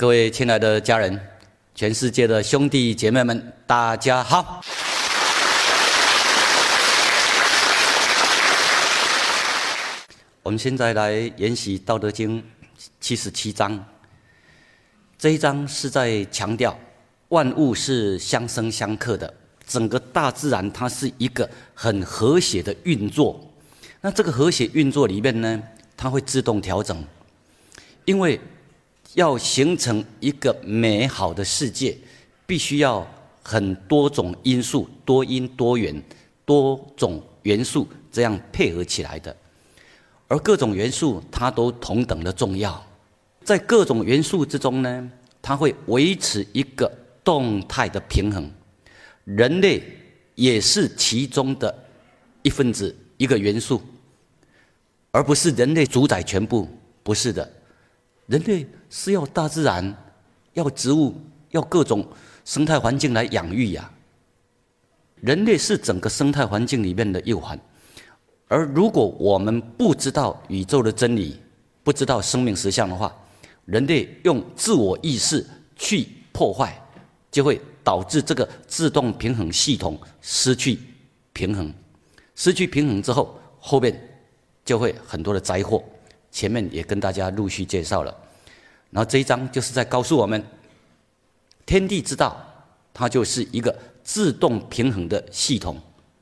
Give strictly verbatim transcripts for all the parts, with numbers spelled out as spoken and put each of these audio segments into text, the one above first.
各位亲爱的家人，全世界的兄弟姐妹们，大家好！我们现在来研习《道德经》七十七章。这一章是在强调万物是相生相克的，整个大自然它是一个很和谐的运作。那这个和谐运作里面呢，它会自动调整，因为要形成一个美好的世界，必须要很多种因素，多因多元，多种元素这样配合起来的。而各种元素它都同等的重要，在各种元素之中呢，它会维持一个动态的平衡。人类也是其中的一分子，一个元素，而不是人类主宰全部，不是的。人类是要大自然，要植物，要各种生态环境来养育呀。人类是整个生态环境里面的一环。而如果我们不知道宇宙的真理，不知道生命实相的话，人类用自我意识去破坏，就会导致这个自动平衡系统失去平衡。失去平衡之后，后面就会很多的灾祸。前面也跟大家陆续介绍了。然后这一章就是在告诉我们，天地之道，它就是一个自动平衡的系统。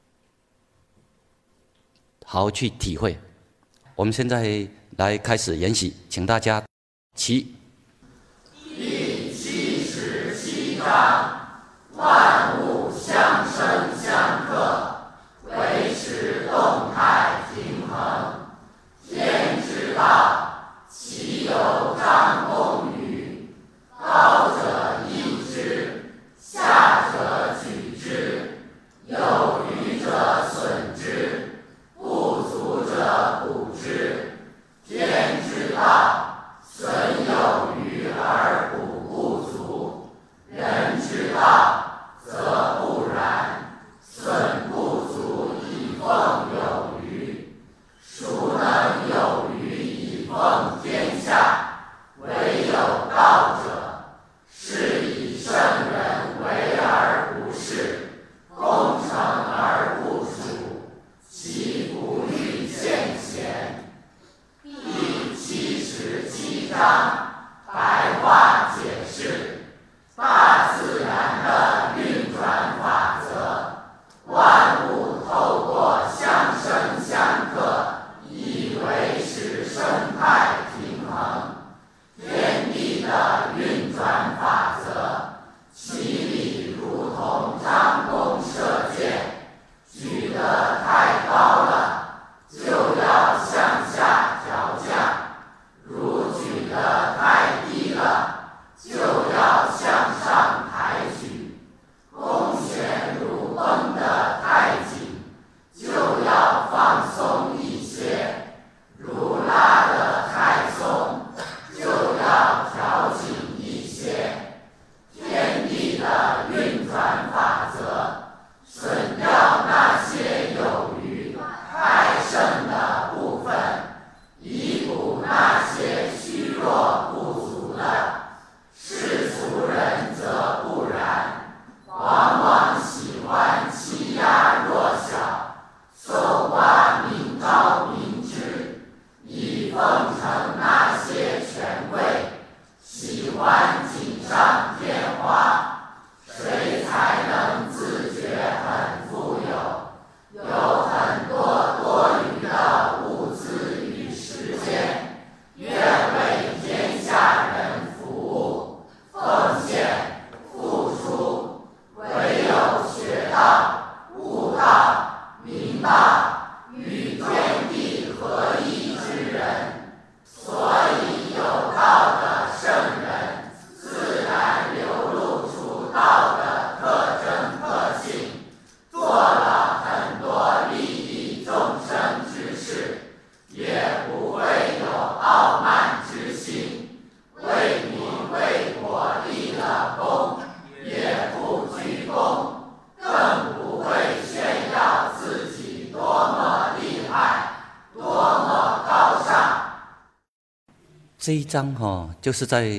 好好去体会。我们现在来开始研习，请大家起。 第七十七章：万物相生相克，维持动态平衡。天之道，其有张弓与？高者抑之，下者举之，有余者损之，不足者补之。天之道，损有余而补不足；人之道，则不然，损不足以奉有余。孰能有余以奉天下？唯有道者。是以圣人为而不恃，功成而不属，其不欲见贤。第七十七章白话解释：大自然的运转法则，万物透过相生相克，以维持生态平衡。天地的运转法则，其理如同张弓射箭，举得太高了，就要向下调降；如举得太低了，就要向上抬举。弓弦如绷得太紧，就要放松一些；如拉得太松，就要调紧一些。天地的运转法则，损掉那些有余太盛的部分，以补那些虚弱不足的。世俗人则不然，往往喜欢欺压弱小，搜刮民膏民脂，以奉承那些权贵，喜欢锦上添花。谁才能自觉很富有，有很多多余的物资与时间，愿为天下人服务，奉献付出。唯有学道、悟道、明道，与天地合一之人。所以有道的圣人，自然流露出道的特征特性，做了很多利益众生之事，也不会有傲慢之心，为民为国立了功，也不居功，更不会炫耀自己多么厉害，多么高尚。 这一章哈、哦，就是在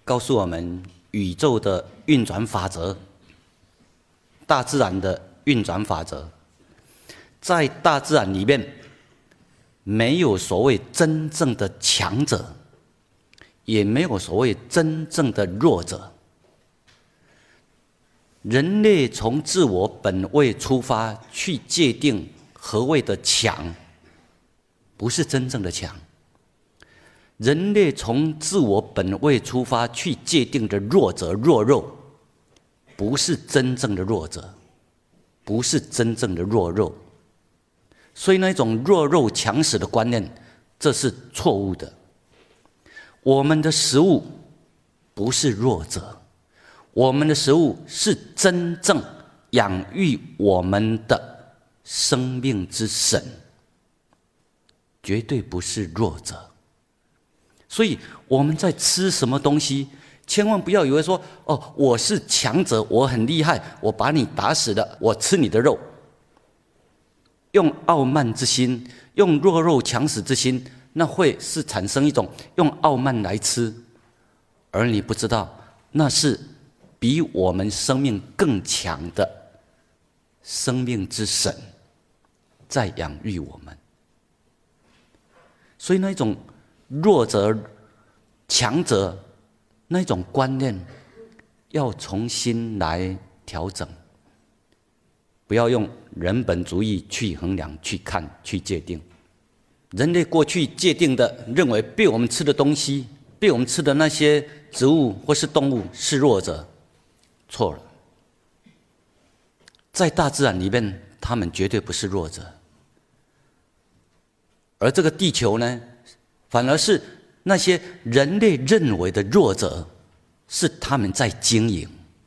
告诉我们宇宙的运转法则，大自然的运转法则。在大自然里面，没有所谓真正的强者，也没有所谓真正的弱者。人类从自我本位出发去界定何谓的强，不是真正的强。人类从自我本位出发去界定的弱者弱肉，不是真正的弱者，不是真正的弱肉。所以那种弱肉强食的观念，这是错误的。我们的食物不是弱者，我们的食物是真正养育我们的生命之神，绝对不是弱者。所以我们在吃什么东西，千万不要以为说，哦，我是强者，我很厉害，我把你打死了，我吃你的肉。用傲慢之心，用弱肉强食之心，那会是产生一种用傲慢来吃，而你不知道，那是比我们生命更强的生命之神在养育我们。所以那种弱者强者那种观念要重新来调整，不要用人本主义去衡量、去看、去界定。人类过去界定的，认为被我们吃的东西、被我们吃的那些植物或是动物是弱者，错了。在大自然里面，他们绝对不是弱者，而这个地球呢，反而是那些人类认为的弱者，是他们在经营。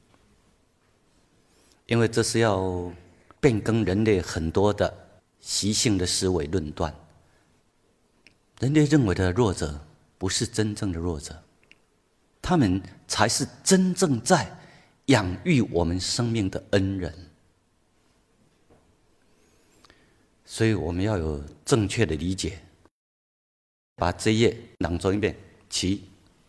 因为这是要变更人类很多的习性的思维论断。人类认为的弱者，不是真正的弱者，他们才是真正在养育我们生命的恩人。所以我们要有正确的理解。把这一页朗诵一遍，起。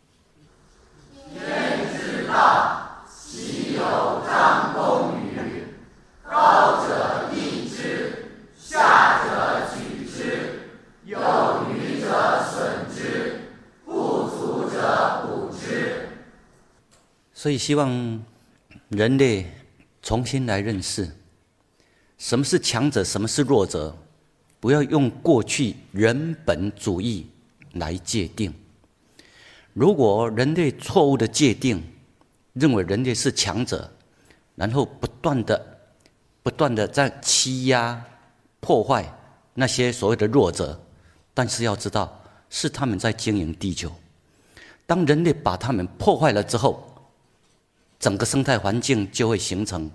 天之大，其有张弓与？高者益之，下者举之，有余者损之，不足者补之。 所以希望人类重新来认识什么是强者，什么是弱者，不要用过去人本主义来界定。如果人类错误的界定，认为人类是强者，然后不断的、不断的在欺压、破坏那些所谓的弱者，但是要知道，是他们在经营地球。当人类把他们破坏了之后，整个生态环境就会形成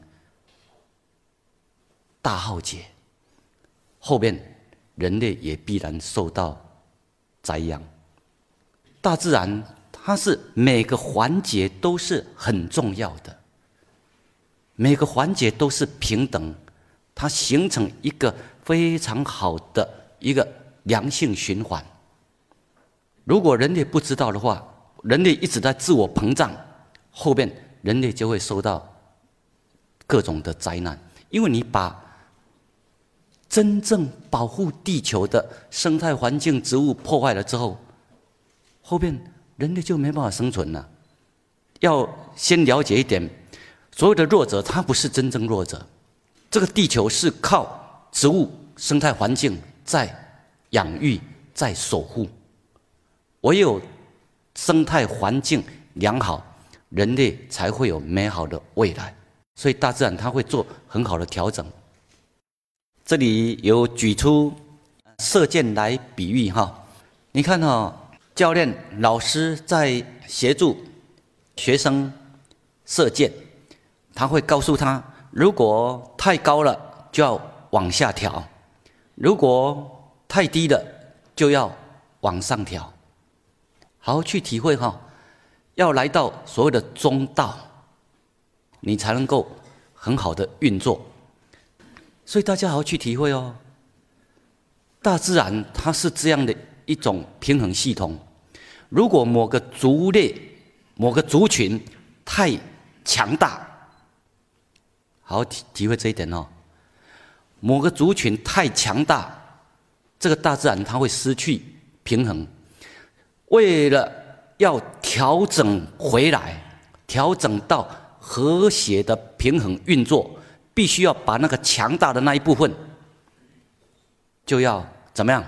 大浩劫，后面人类也必然受到灾殃。大自然它是每个环节都是很重要的，每个环节都是平等，它形成一个非常好的一个良性循环。如果人类不知道的话，人类一直在自我膨胀，后面人类就会受到各种的灾难。因为你把真正保护地球的生态环境、植物破坏了之后，后面人类就没办法生存了。要先了解一点，所有的弱者他不是真正弱者，这个地球是靠植物生态环境在养育、在守护。唯有生态环境良好，人类才会有美好的未来。所以大自然它会做很好的调整。这里有举出射箭来比喻哈，你看哦，教练、老师在协助学生射箭，他会告诉他，如果太高了就要往下调，如果太低了就要往上调。好好去体会哈，要来到所谓的中道，你才能够很好的运作。所以大家好好去体会哦。大自然它是这样的一种平衡系统。如果某个族类、 某个族群太强大，好好体体会这一点哦。某个族群太强大，这个大自然它会失去平衡。为了要调整回来，调整到和谐的平衡运作，必须要把那个强大的那一部分，就要怎么样？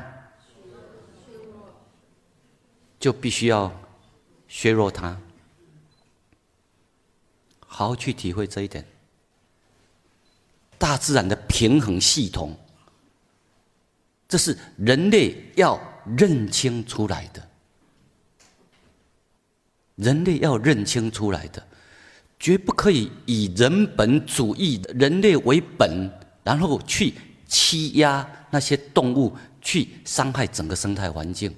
就必须要削弱它。好好去体会这一点。大自然的平衡系统，这是人类要认清出来的。人类要认清出来的，绝不可以以人本主义、人类为本，然后去欺压那些动物，去伤害整个生态环境。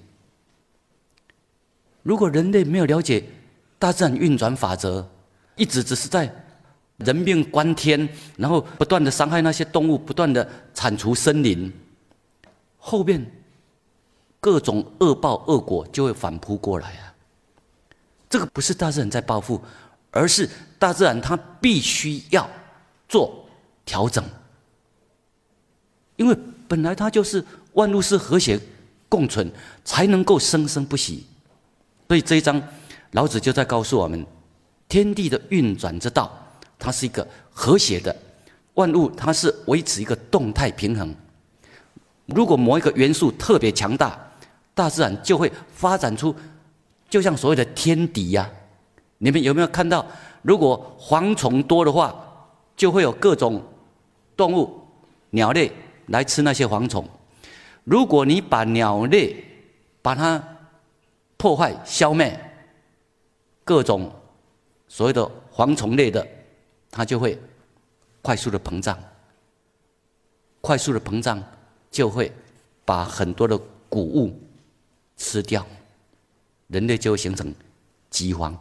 如果人类没有了解大自然运转法则，一直只是在人命关天，然后不断的伤害那些动物，不断的铲除森林，后面各种恶报恶果就会反扑过来啊！这个不是大自然在报复，而是大自然它必须要做调整，因为本来它就是万物是和谐共存，才能够生生不息。所以这一章老子就在告诉我们，天地的运转之道，它是一个和谐的，万物它是维持一个动态平衡。如果某一个元素特别强大，大自然就会发展出，就像所谓的天敌呀、啊。你们有没有看到，如果蝗虫多的话，就会有各种动物、鸟类来吃那些蝗虫。如果你把鸟类把它破坏、消灭，各种所谓的蝗虫类的，它就会快速的膨胀，快速的膨胀就会把很多的谷物吃掉，人类就会形成饥荒。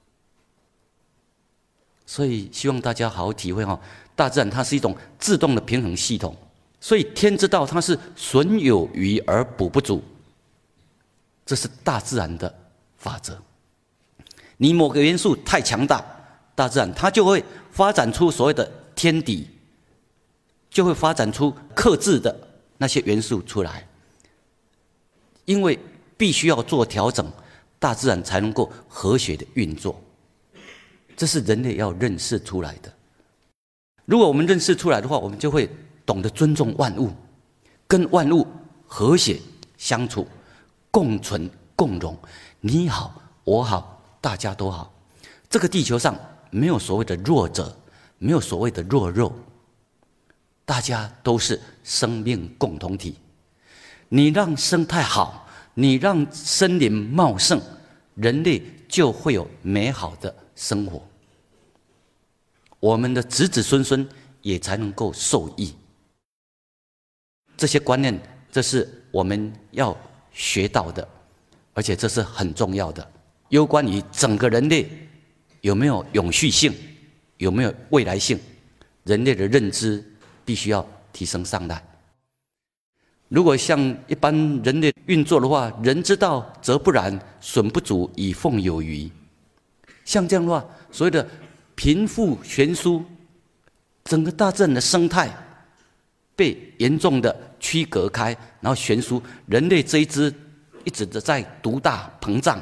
所以希望大家好好体会哈，大自然它是一种自动的平衡系统，所以天之道它是损有余而补不足，这是大自然的法则。你某个元素太强大，大自然它就会发展出所谓的天敌，就会发展出克制的那些元素出来。因为必须要做调整，大自然才能够和谐的运作。这是人类要认识出来的。如果我们认识出来的话，我们就会懂得尊重万物，跟万物和谐相处，共存共荣，你好我好大家都好。这个地球上没有所谓的弱者，没有所谓的弱肉，大家都是生命共同体。你让生态好，你让森林茂盛，人类就会有美好的生活，我们的子子孙孙也才能够受益。这些观念，这是我们要学到的，而且这是很重要的，有关于整个人类有没有永续性，有没有未来性，人类的认知必须要提升上来。如果像一般人类运作的话，人之道则不然，损不足以奉有余。像这样的话，所谓的贫富悬殊，整个大自然的生态被严重的区隔开，然后悬殊，人类这一支一直的在独大膨胀，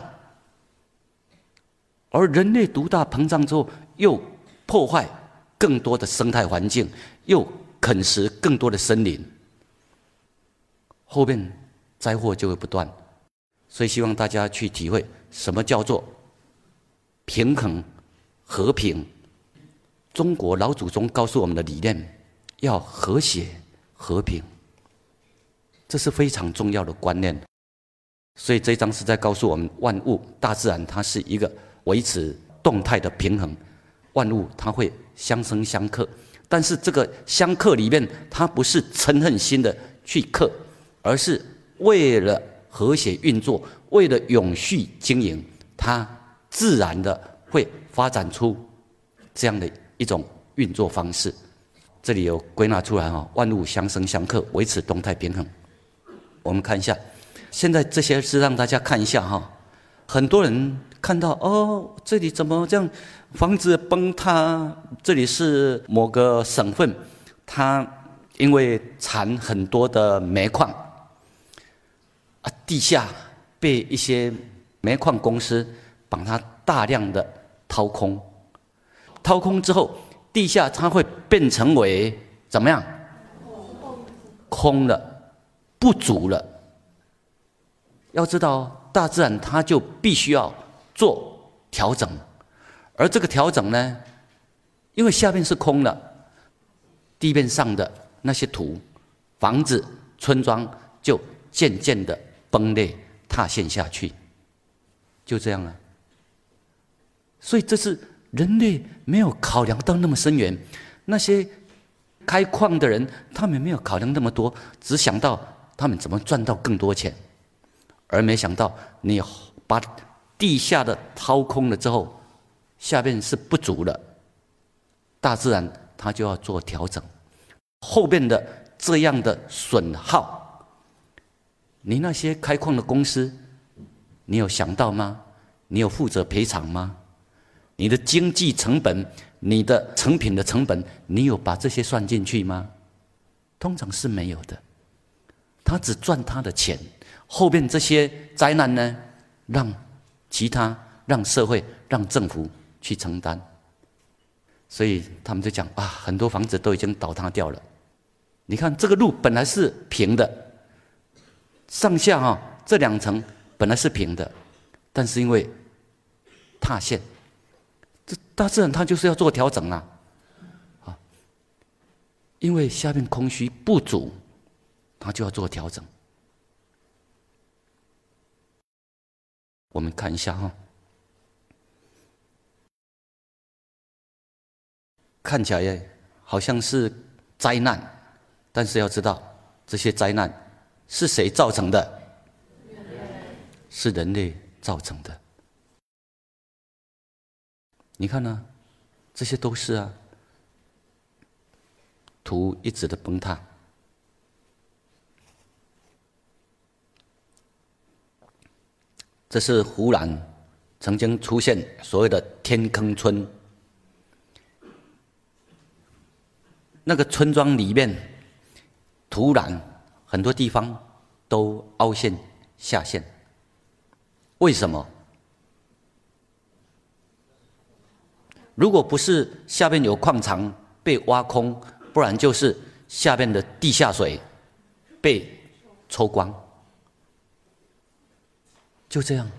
而人类独大膨胀之后，又破坏更多的生态环境，又啃食更多的森林，后面灾祸就会不断。所以希望大家去体会什么叫做平衡和平。中国老祖宗告诉我们的理念，要和谐和平，这是非常重要的观念。所以这一章是在告诉我们，万物大自然它是一个维持动态的平衡，万物它会相生相克，但是这个相克里面，它不是嗔恨心的去克，而是为了和谐运作，为了永续经营，它自然的会发展出这样的一种运作方式。这里有归纳出来哈，万物相生相克，维持动态平衡。我们看一下，现在这些是让大家看一下哈，很多人看到哦，这里怎么这样，房子崩塌，这里是某个省份，它因为产很多的煤矿，啊，地下被一些煤矿公司把它大量的掏空，掏空之后，地下它会变成为怎么样？空了，不足了。要知道，大自然它就必须要做调整，而这个调整呢，因为下面是空的，地面上的那些土、房子、村庄就渐渐的崩裂、塌陷下去，就这样了。所以这是人类没有考量到那么深远，那些开矿的人，他们没有考量那么多，只想到他们怎么赚到更多钱，而没想到你把地下的掏空了之后，下面是不足了，大自然它就要做调整，后面的这样的损耗，你那些开矿的公司，你有想到吗？你有负责赔偿吗？你的经济成本，你的成品的成本，你有把这些算进去吗？通常是没有的，他只赚他的钱，后面这些灾难呢，让其他、让社会、让政府去承担。所以他们就讲啊，很多房子都已经倒塌掉了。你看这个路本来是平的，上下啊、哦、这两层本来是平的，但是因为塌陷，这大自然它就是要做调整啊，啊，因为下面空虚不足，它就要做调整。我们看一下哈、哦，看起来好像是灾难，但是要知道，这些灾难是谁造成的？是人类造成的。你看呢、啊？这些都是啊，土一直的崩塌，这是湖南曾经出现所谓的天坑村，那个村庄里面土壤很多地方都凹陷下陷，为什么？如果不是下面有矿场被挖空，不然就是下面的地下水被抽光，就这样。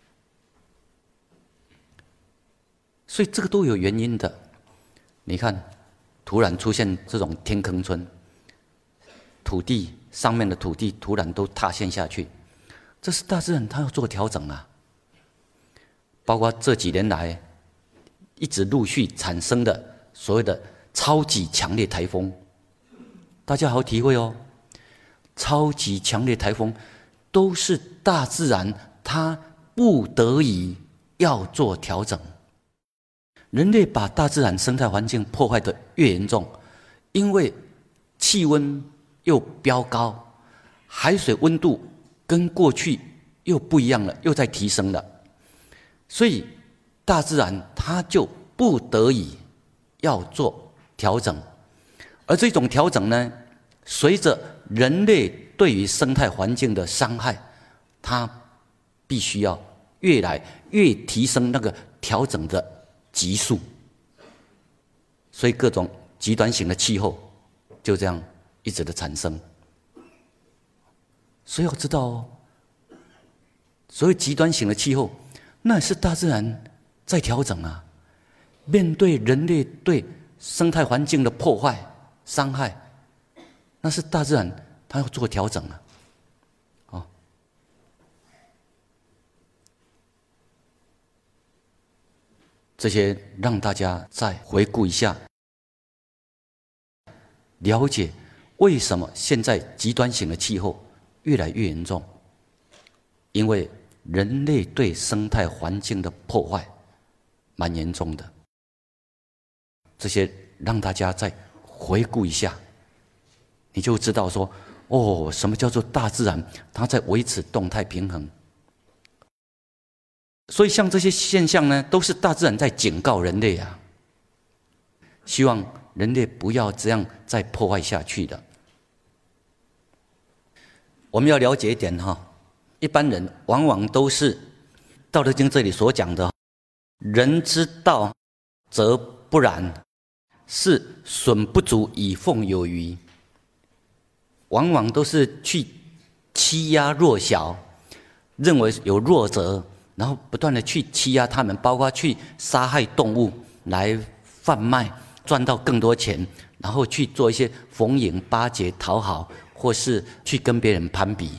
所以这个都有原因的。你看，突然出现这种天坑村，土地上面的土地突然都塌陷下去，这是大自然它要做调整啊。包括这几年来一直陆续产生的所谓的超级强烈台风，大家好体会哦。超级强烈台风都是大自然它不得已要做调整。人类把大自然生态环境破坏得越严重，因为气温又飙高，海水温度跟过去又不一样了，又在提升了，所以大自然它就不得已要做调整，而这种调整呢，随着人类对于生态环境的伤害，它必须要越来越提升那个调整的级数，所以各种极端型的气候就这样一直的产生。所以要知道哦，所谓极端型的气候，那也是大自然在调整啊。面对人类对生态环境的破坏、伤害，那是大自然它要做调整啊。哦，这些让大家再回顾一下，了解为什么现在极端型的气候越来越严重，因为人类对生态环境的破坏蛮严重的。这些让大家再回顾一下，你就知道说，哦，什么叫做大自然它在维持动态平衡。 所以像这些现象呢，都是大自然在警告人类啊，希望人类不要这样再破坏下去的。我们要了解一点哈，一般人往往都是《道德经》这里所讲的“人之道则不然，是损不足以奉有余”，往往都是去欺压弱小，认为有弱者，然后不断的去欺压他们，包括去杀害动物来贩卖，赚到更多钱，然后去做一些逢迎巴结讨好，或是去跟别人攀比。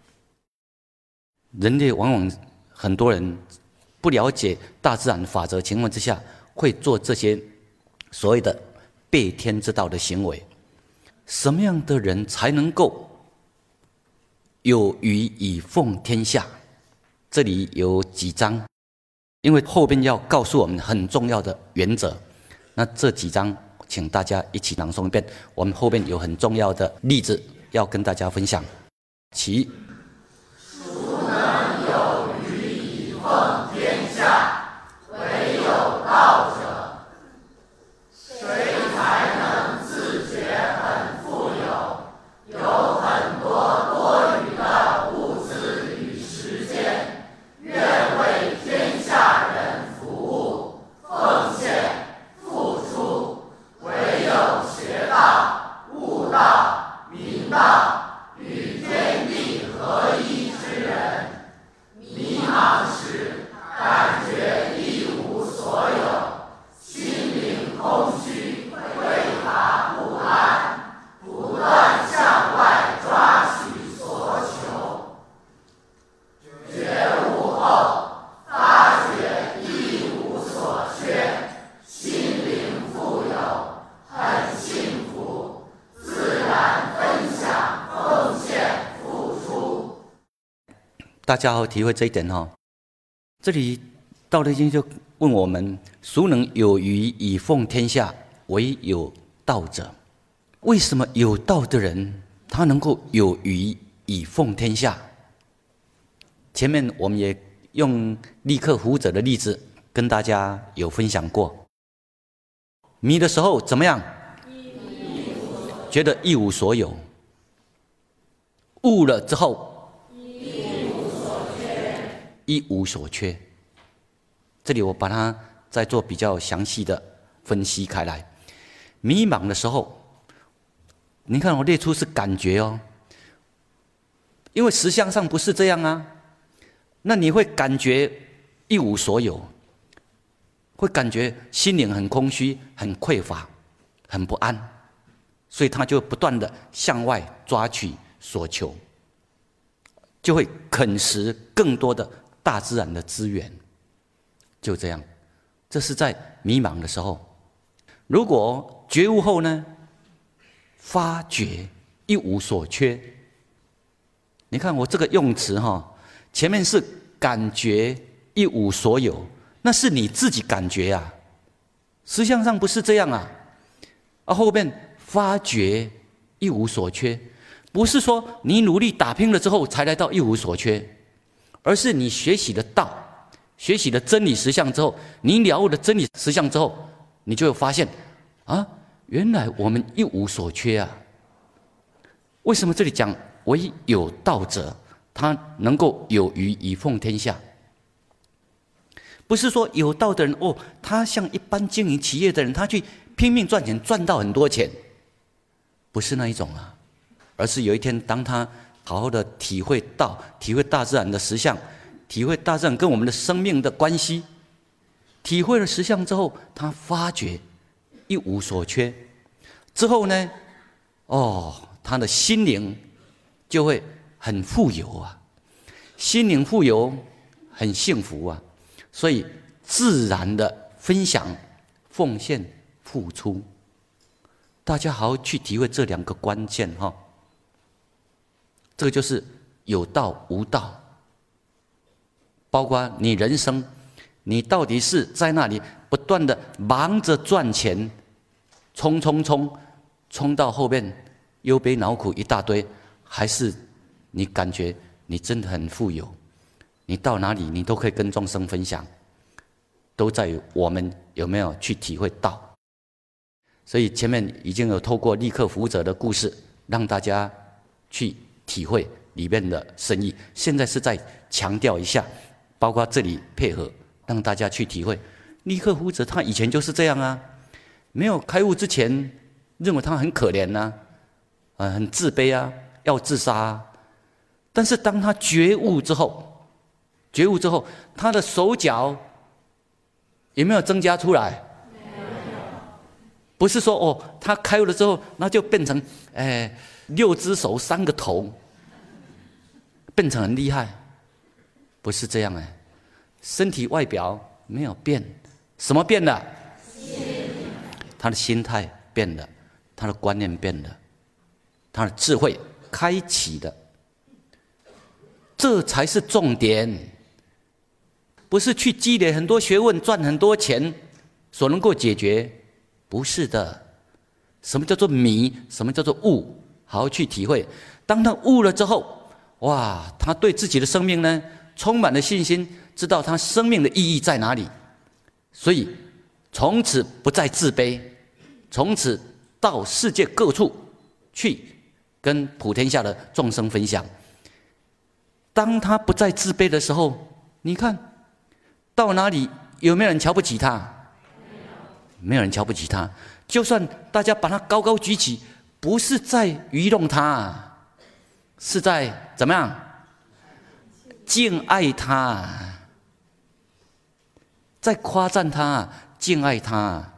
人类往往很多人不了解大自然法则情况之下，会做这些所谓的背天之道的行为。什么样的人才能够有余以奉天下？这里有几章，因为后边要告诉我们很重要的原则。那这几章请大家一起朗诵一遍，我们后边有很重要的例子要跟大家分享。其孰能有余以奉天下？唯有道者。谁才能自觉很富有，有很多多余的物资与时间，愿为天下人服务，奉献付出。唯有学道、悟道、明道，与天地合一之人，迷茫时感觉一无所有，心灵空虚，匮乏不安，不断向外抓取所求。觉悟后，发觉一无所缺，心灵富有，很幸福，自然分享、奉献、付出。 大家好体会这一点哈。这里《道德经》就问我们：孰能有余以奉天下？唯有道者。为什么有道的人他能够有余以奉天下？前面我们也用立克胡者的例子跟大家有分享过。迷的时候怎么样？觉得一无所有。悟了之后，一无所缺。一无所缺。这里我把它再做比较详细的分析开来。迷茫的时候，你看我列出是感觉哦，因为实相上不是这样啊。那你会感觉一无所有，会感觉心灵很空虚、很匮乏、很不安，所以他就不断的向外抓取所求，就会啃食更多的大自然的资源。就这样，这是在迷茫的时候。如果觉悟后呢，发觉一无所缺。你看我这个用词哈，前面是感觉一无所有，那是你自己感觉啊，实相上不是这样啊。而后面发觉一无所缺，不是说你努力打拼了之后才来到一无所缺，而是你学习的道，学习了真理实相之后，你了悟了真理实相之后，你就会发现啊，原来我们一无所缺啊。为什么这里讲唯有道者，他能够有余以奉天下？不是说有道的人哦，他像一般经营企业的人，他去拼命赚钱，赚到很多钱，不是那一种啊。而是有一天，当他好好的体会到、体会大自然的实相，体会大自然跟我们的生命的关系，体会了实相之后，他发觉一无所缺。之后呢，哦，他的心灵就会很富有啊，心灵富有，很幸福啊，所以自然的分享、奉献、付出。大家好好去体会这两个关键哈。这个就是有道无道，包括你人生，你到底是在那里不断的忙着赚钱，冲冲冲，冲到后面忧悲恼苦一大堆，还是你感觉你真的很富有， 你到哪里你都可以跟众生分享，都在于我们有没有去体会到。所以前面已经有透过立刻服务者的故事，让大家去体会里面的深意。现在是再强调一下，包括这里配合，让大家去体会。立刻服务者他以前就是这样啊，没有开悟之前，认为他很可怜呐、啊，呃，很自卑啊，要自杀啊。但是当他觉悟之后，觉悟之后，他的手脚有没有增加出来？不是说哦，他开悟了之后，那就变成哎六只手三个头，变成很厉害，不是这样哎。身体外表没有变，什么变了？他的心态变了，他的观念变了，他的智慧开启了，这才是重点。不是去积累很多学问、赚很多钱所能够解决。不是的，什么叫做迷？什么叫做悟？好好去体会。当他悟了之后，哇，他对自己的生命呢充满了信心，知道他生命的意义在哪里，所以从此不再自卑，从此到世界各处去跟普天下的众生分享。当他不再自卑的时候，你看到哪里有没有人瞧不起他？没有人瞧不起他，就算大家把他高高举起，不是在愚弄他，是在怎么样敬爱他，在夸赞他，敬爱他。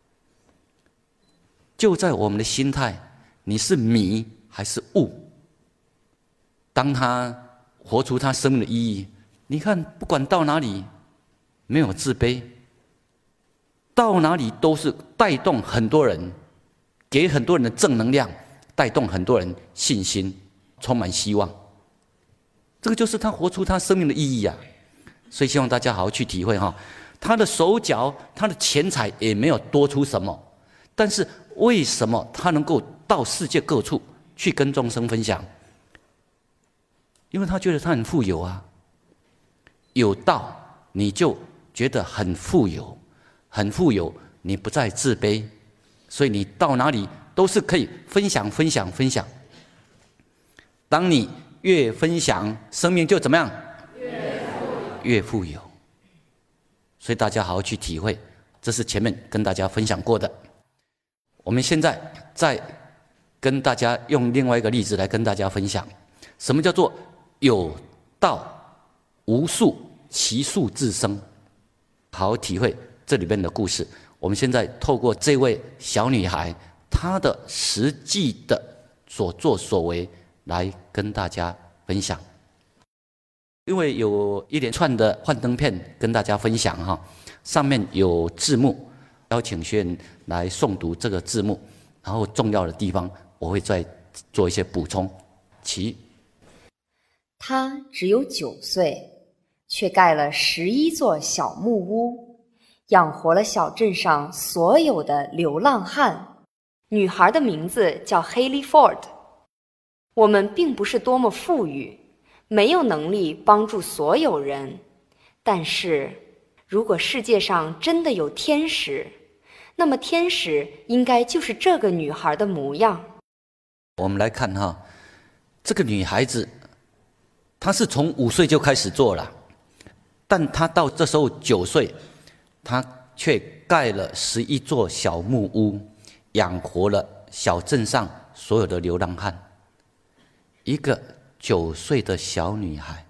就在我们的心态，你是迷还是悟？当他活出他生命的意义，你看不管到哪里没有自卑，到哪里都是带动很多人，给很多人的正能量，带动很多人信心，充满希望。这个就是他活出他生命的意义啊！所以希望大家好好去体会哈。他的手脚，他的钱财也没有多出什么，但是为什么他能够到世界各处去跟众生分享？因为他觉得他很富有啊，有道你就觉得很富有。很富有，你不再自卑，所以你到哪里都是可以分享、分享、分享。当你越分享，生命就怎么样？越富有。越富有。所以大家好好去体会，这是前面跟大家分享过的。我们现在再跟大家用另外一个例子来跟大家分享，什么叫做有道无术，其术自生。好好体会这里面的故事。我们现在透过这位小女孩她的实际的所作所为来跟大家分享。因为有一连串的幻灯片跟大家分享哈，上面有字幕，邀请学员来诵读这个字幕，然后重要的地方我会再做一些补充。其他只有九岁，却盖了十一座小木屋，养活了小镇上所有的流浪汉。女孩的名字叫 Haley Ford。我们并不是多么富裕，没有能力帮助所有人，但是如果世界上真的有天使，那么天使应该就是这个女孩的模样。 我们来看哈，这个女孩子她是从五岁就开始做了，但她到这时候九岁，她却盖了十一座小木屋，养活了小镇上所有的流浪汉。一个九岁的小女孩，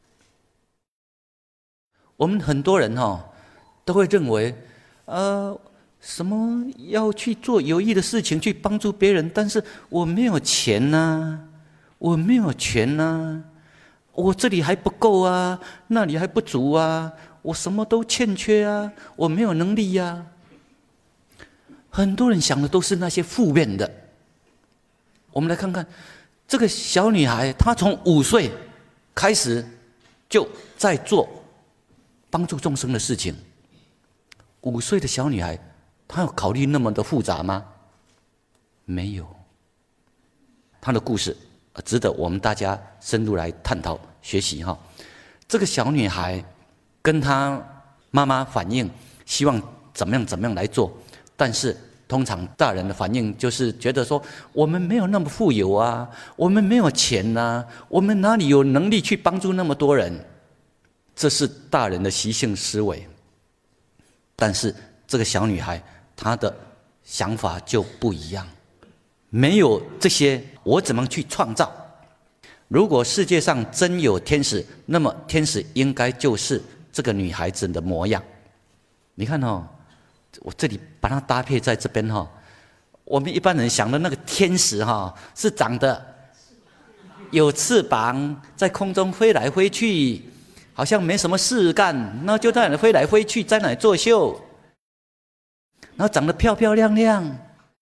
我们很多人哈、哦、都会认为，呃，什么要去做有益的事情，去帮助别人，但是我没有钱呐、啊，我没有权呐、啊，我这里还不够啊，那里还不足啊，我什么都欠缺啊，我没有能力呀、啊。很多人想的都是那些负面的。我们来看看。这个小女孩，她从五岁开始就在做帮助众生的事情。五岁的小女孩，她有考虑那么的复杂吗？没有。她的故事值得我们大家深入来探讨学习哈。 这个小女孩跟她妈妈反映，希望怎么样怎么样来做，但是通常大人的反应就是觉得说，我们没有那么富有啊，我们没有钱啊，我们哪里有能力去帮助那么多人？这是大人的习性思维。但是这个小女孩她的想法就不一样，没有这些，我怎么去创造？如果世界上真有天使，那么天使应该就是这个女孩子的模样。你看哦，我这里把它搭配在这边哈、哦。我们一般人想的那个天使哈、哦，是长得有翅膀，在空中飞来飞去，好像没什么事干，那就在那里飞来飞去，在那里作秀，然后长得漂漂亮亮。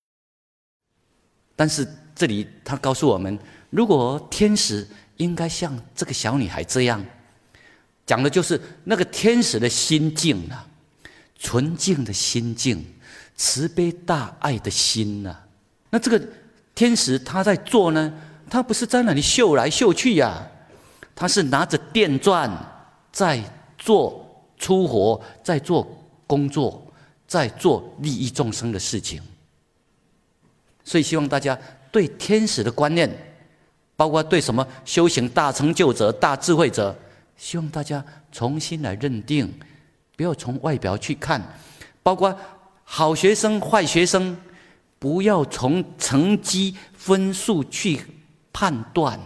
但是这里他告诉我们，如果天使应该像这个小女孩这样，讲的就是那个天使的心境啊，纯净的心境，慈悲大爱的心啊。那这个天使他在做呢，他不是在那里秀来秀去呀、啊，他是拿着电钻在做出活，在做工作，在做利益众生的事情。所以希望大家对天使的观念，包括对什么修行大成就者、大智慧者，希望大家重新来认定，不要从外表去看，包括好学生、坏学生，不要从成绩分数去判断，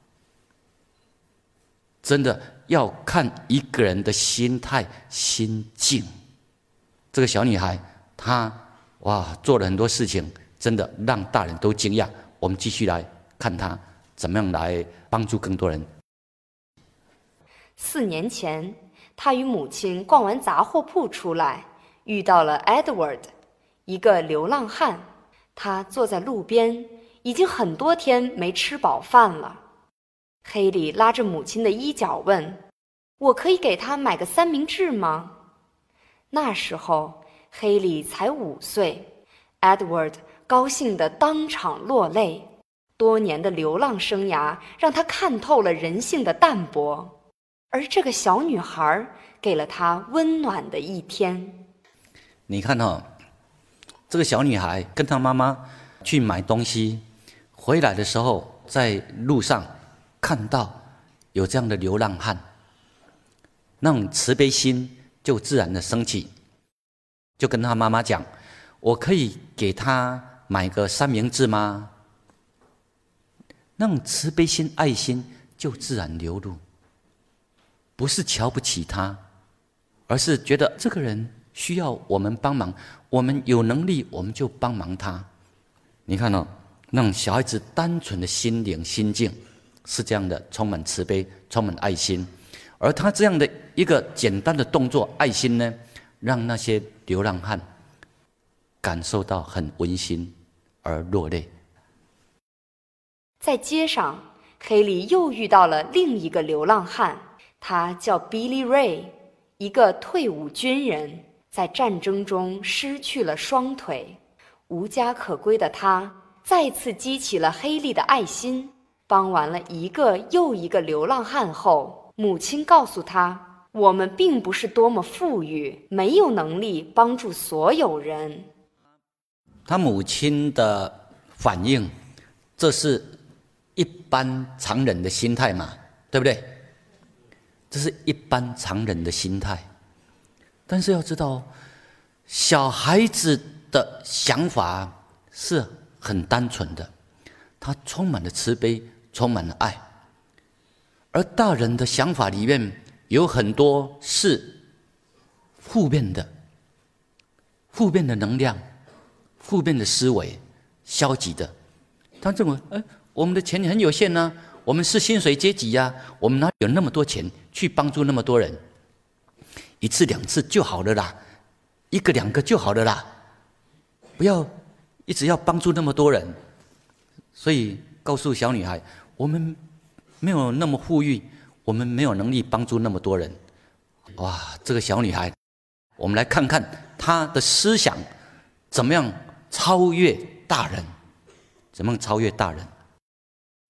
真的要看一个人的心态、心境。这个小女孩，她哇做了很多事情，真的让大人都惊讶。我们继续来看她怎么样来帮助更多人。 四年前，他与母亲逛完杂货铺出来，遇到了 Edward， 一个流浪汉。他坐在路边，已经很多天没吃饱饭了。黑里拉着母亲的衣角问：“我可以给他买个三明治吗？”那时候黑里才五岁 ，Edward 高兴得当场落泪。多年的流浪生涯让他看透了人性的淡薄，而这个小女孩给了他温暖的一天。 你看哦，这个小女孩跟她妈妈去买东西，回来的时候在路上看到有这样的流浪汉，那种慈悲心就自然的升起，就跟她妈妈讲：“我可以给他买个三明治吗？”那种慈悲心、爱心就自然流露，不是瞧不起他，而是觉得这个人需要我们帮忙，我们有能力我们就帮忙他。你看哦，那种小孩子单纯的心灵心境是这样的，充满慈悲，充满爱心。而他这样的一个简单的动作，爱心呢，让那些流浪汉感受到很温馨而落泪。 在街上，黑里又遇到了另一个流浪汉，他叫 Billy Ray， 一个退伍军人，在战争中失去了双腿，无家可归的他再次激起了黑利的爱心。帮完了一个又一个流浪汉后，母亲告诉他：“我们并不是多么富裕，没有能力帮助所有人。” 他母亲的反应，这是一般常人的心态嘛，对不对？这是一般常人的心态。但是要知道，小孩子的想法是很单纯的，他充满了慈悲，充满了爱。而大人的想法里面有很多是负面的，负面的能量，负面的思维，消极的。他认为，哎，我们的钱很有限呢、啊，我们是薪水阶级呀、啊，我们哪有那么多钱去帮助那么多人？一次两次就好了啦，一个两个就好了啦，不要一直要帮助那么多人。所以告诉小女孩，我们没有那么富裕，我们没有能力帮助那么多人。哇，这个小女孩，我们来看看她的思想怎么样超越大人，怎么样超越大人。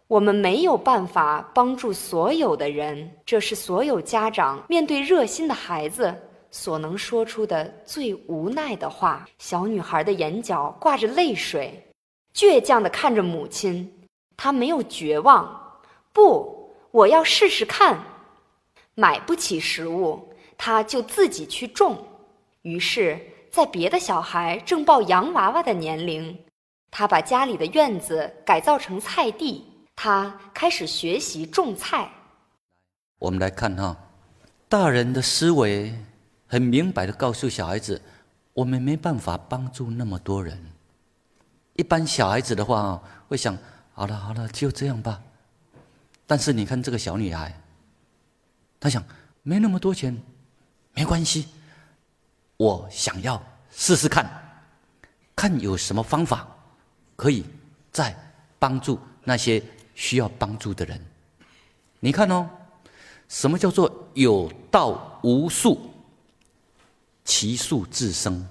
我们没有办法帮助所有的人，这是所有家长面对热心的孩子所能说出的最无奈的话。小女孩的眼角挂着泪水，倔强地看着母亲，她没有绝望。不，我要试试看。买不起食物，她就自己去种。于是在别的小孩正抱洋娃娃的年龄，她把家里的院子改造成菜地，她开始学习种菜。 我们来看哈，大人的思维很明白地告诉小孩子，我们没办法帮助那么多人。一般小孩子的话会想，好了好了，就这样吧。但是你看这个小女孩，她想，没那么多钱，没关系，我想要试试看，看有什么方法可以再帮助那些需要帮助的人。你看哦，什么叫做有道无术，其术自生？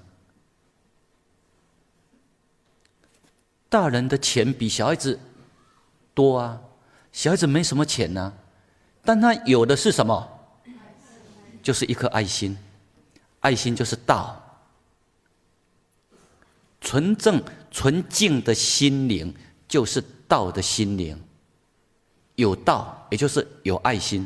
大人的钱比小孩子多啊，小孩子没什么钱啊，但他有的是什么？就是一颗爱心。爱心就是道，纯正纯净的心灵就是道的心灵。有道也就是有爱心。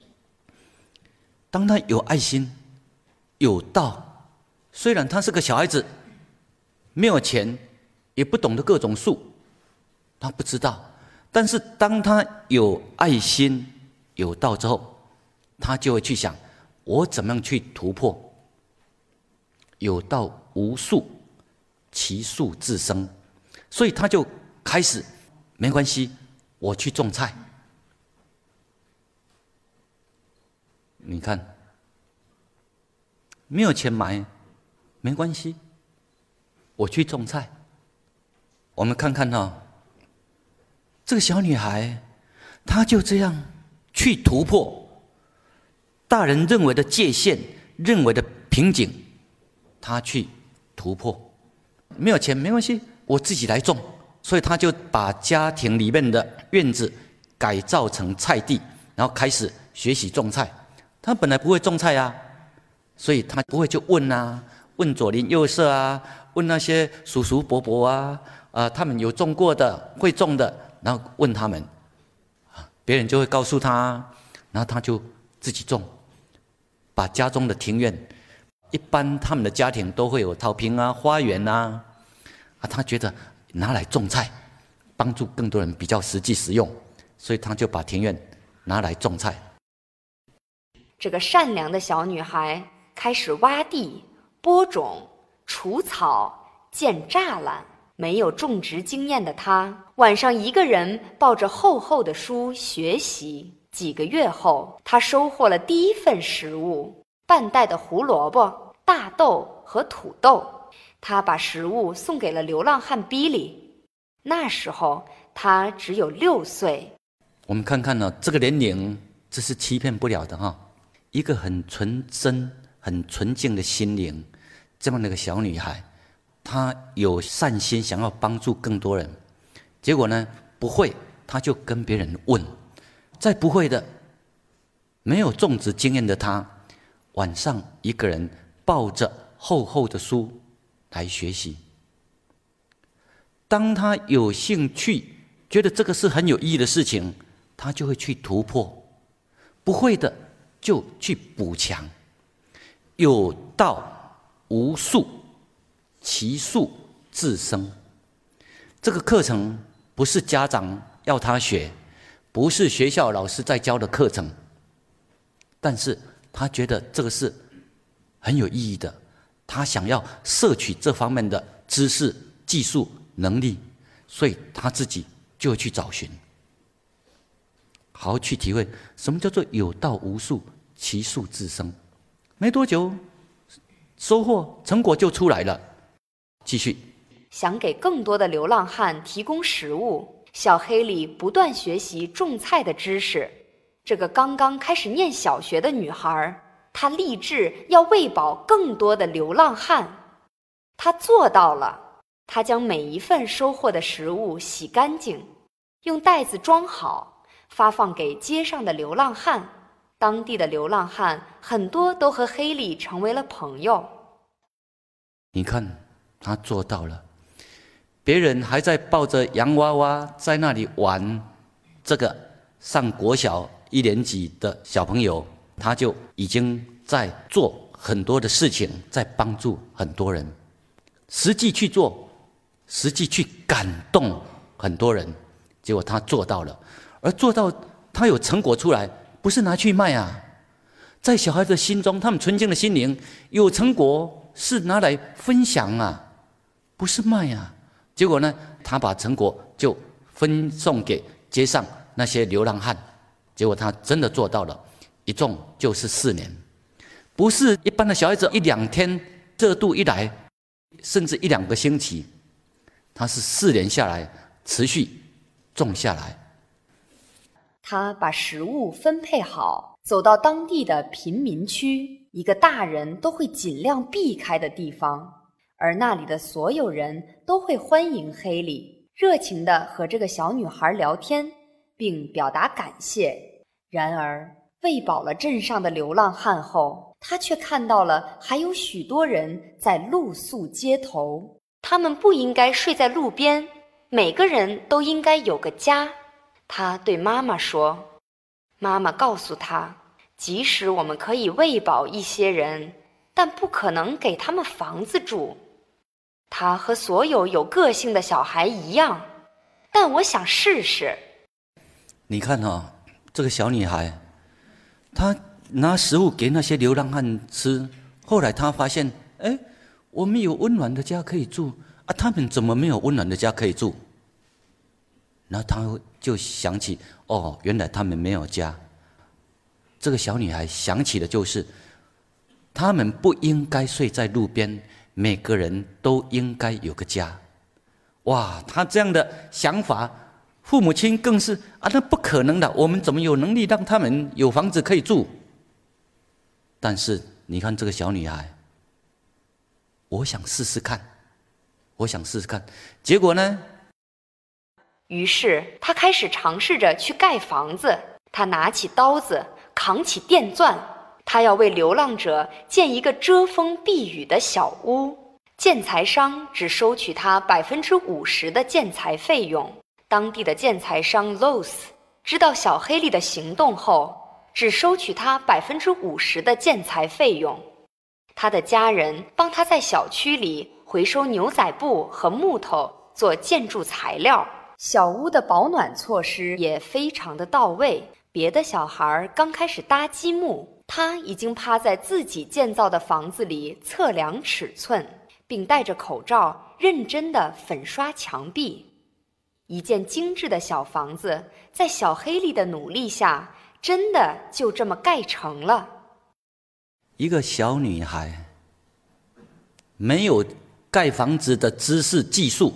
当他有爱心有道，虽然他是个小孩子，没有钱，也不懂得各种术，他不知道，但是当他有爱心有道之后，他就会去想，我怎么样去突破。有道无术，其术自生。所以他就开始，没关系，我去种菜。你看，没有钱买，没关系，我去种菜。我们看看哈、哦，这个小女孩，她就这样去突破大人认为的界限，认为的瓶颈。他去突破，没有钱没关系，我自己来种。所以他就把家庭里面的院子改造成菜地，然后开始学习种菜。他本来不会种菜啊，所以他不会就问啊，问左邻右舍啊，问那些叔叔伯伯啊，啊、呃，他们有种过的、会种的，然后问他们，别人就会告诉他，然后他就自己种，把家中的庭院。一般他们的家庭都会有草坪啊、花园啊，啊，他觉得拿来种菜，帮助更多人比较实际实用，所以他就把庭院拿来种菜。 这个善良的小女孩开始挖地、播种、除草、建栅栏。没有种植经验的她，晚上一个人抱着厚厚的书学习。几个月后，她收获了第一份食物。半袋的胡萝卜、大豆和土豆，他把食物送给了流浪汉比利。那时候他只有六岁。 我们看看呢、哦，这个年龄这是欺骗不了的哈、哦。一个很纯真、很纯净的心灵，这么的一个小女孩，她有善心，想要帮助更多人。结果呢，不会，她就跟别人问。再不会的，没有种植经验的她。晚上一个人抱着厚厚的书来学习。当他有兴趣，觉得这个是很有意义的事情，他就会去突破。不会的就去补强。有道无术，其术自生。这个课程不是家长要他学，不是学校老师在教的课程，但是他觉得这个是很有意义的，他想要摄取这方面的知识、技术、能力，所以他自己就会去找寻，好好去体会什么叫做有道无术，其术自生。没多久，收获成果就出来了。继续， 想给更多的流浪汉提供食物，小黑里不断学习种菜的知识。这个刚刚开始念小学的女孩，她立志要喂饱更多的流浪汉。她做到了，她将每一份收获的食物洗干净， 用袋子装好，发放给街上的流浪汉。当地的流浪汉很多都和黑莉成为了朋友。 你看，他做到了。别人还在抱着洋娃娃在那里玩，这个上国小一年级的小朋友，他就已经在做很多的事情，在帮助很多人，实际去做，实际去感动很多人。结果他做到了，而做到他有成果出来，不是拿去卖啊。在小孩子心中，他们纯净的心灵有成果是拿来分享啊，不是卖啊。结果呢，他把成果就分送给街上那些流浪汉。结果他真的做到了，一种就是四年，不是一般的小孩子一两天热度一来，甚至一两个星期，他是四年下来持续种下来。 他把食物分配好，走到当地的贫民区，一个大人都会尽量避开的地方。而那里的所有人都会欢迎黑莉，热情地和这个小女孩聊天，并表达感谢。然而，喂饱了镇上的流浪汉后，他却看到了还有许多人在露宿街头。他们不应该睡在路边，每个人都应该有个家。他对妈妈说，妈妈告诉他，即使我们可以喂饱一些人，但不可能给他们房子住。他和所有有个性的小孩一样，但我想试试。 你看哦，这个小女孩，她拿食物给那些流浪汉吃，后来她发现，哎，我们有温暖的家可以住啊，他们怎么没有温暖的家可以住？然后她就想起，哦，原来他们没有家。这个小女孩想起的就是，他们不应该睡在路边，每个人都应该有个家。哇，她这样的想法，父母亲更是啊，那不可能的，我们怎么有能力让他们有房子可以住？但是你看这个小女孩，我想试试看，我想试试看，结果呢？ 于是她开始尝试着去盖房子。她拿起刀子，扛起电钻，她要为流浪者建一个遮风避雨的小屋。建材商只收取她百分之五十的建材费用。当地的建材商 Lowe's 知道小黑莉的行动后，只收取她百分之五十的建材费用。她的家人帮她在小区里回收牛仔布和木头做建筑材料。小屋的保暖措施也非常的到位。别的小孩刚开始搭积木，他已经趴在自己建造的房子里测量尺寸，并戴着口罩认真地粉刷墙壁。一间精致的小房子在小黑莉的努力下，真的就这么盖成了。 一个小女孩没有盖房子的知识技术，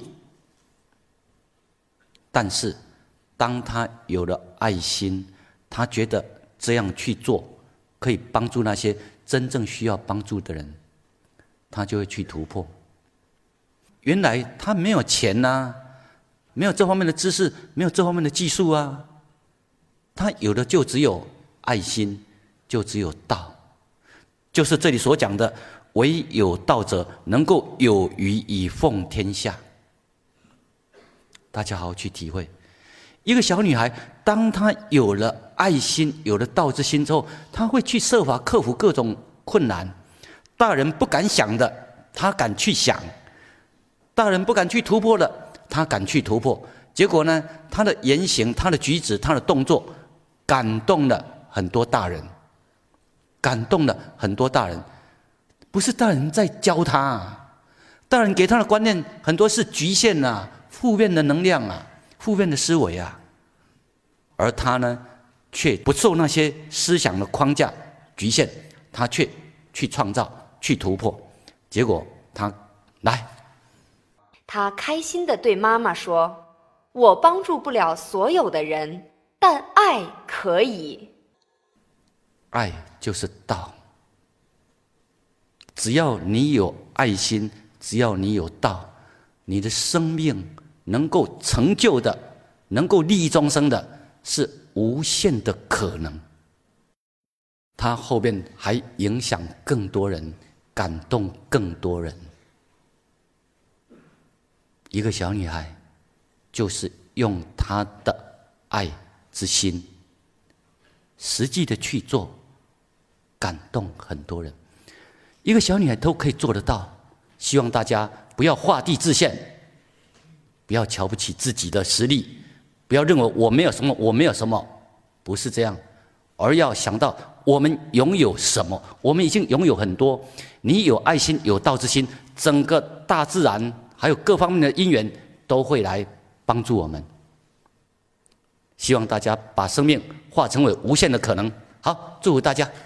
但是当她有了爱心，她觉得这样去做可以帮助那些真正需要帮助的人，她就会去突破。原来她没有钱啊，没有这方面的知识，没有这方面的技术啊，她有的就只有爱心，就只有道，就是这里所讲的，唯有道者能够有余以奉天下。大家好好去体会，一个小女孩，当她有了爱心，有了道之心之后，她会去设法克服各种困难。大人不敢想的，她敢去想；大人不敢去突破的，她敢去突破。结果呢，她的言行、她的举止、她的动作，感动了很多大人，感动了很多大人。不是大人在教她啊，大人给她的观念很多是局限啊，负面的能量啊，负面的思维啊，而他呢，却不受那些思想的框架局限，他却去创造、去突破。结果他来， 他开心地对妈妈说：“我帮助不了所有的人，但爱可以。 爱就是道。只要你有爱心，只要你有道，你的生命能够成就的能够利益众生的是无限的可能。它后面还影响更多人，感动更多人。一个小女孩，就是用她的爱之心，实际的去做，感动很多人。一个小女孩都可以做得到，希望大家不要画地自限，不要瞧不起自己的实力，不要认为我没有什么，我没有什么，不是这样，而要想到我们拥有什么，我们已经拥有很多。你有爱心，有道之心，整个大自然还有各方面的因缘都会来帮助我们。希望大家把生命化成为无限的可能。好，祝福大家。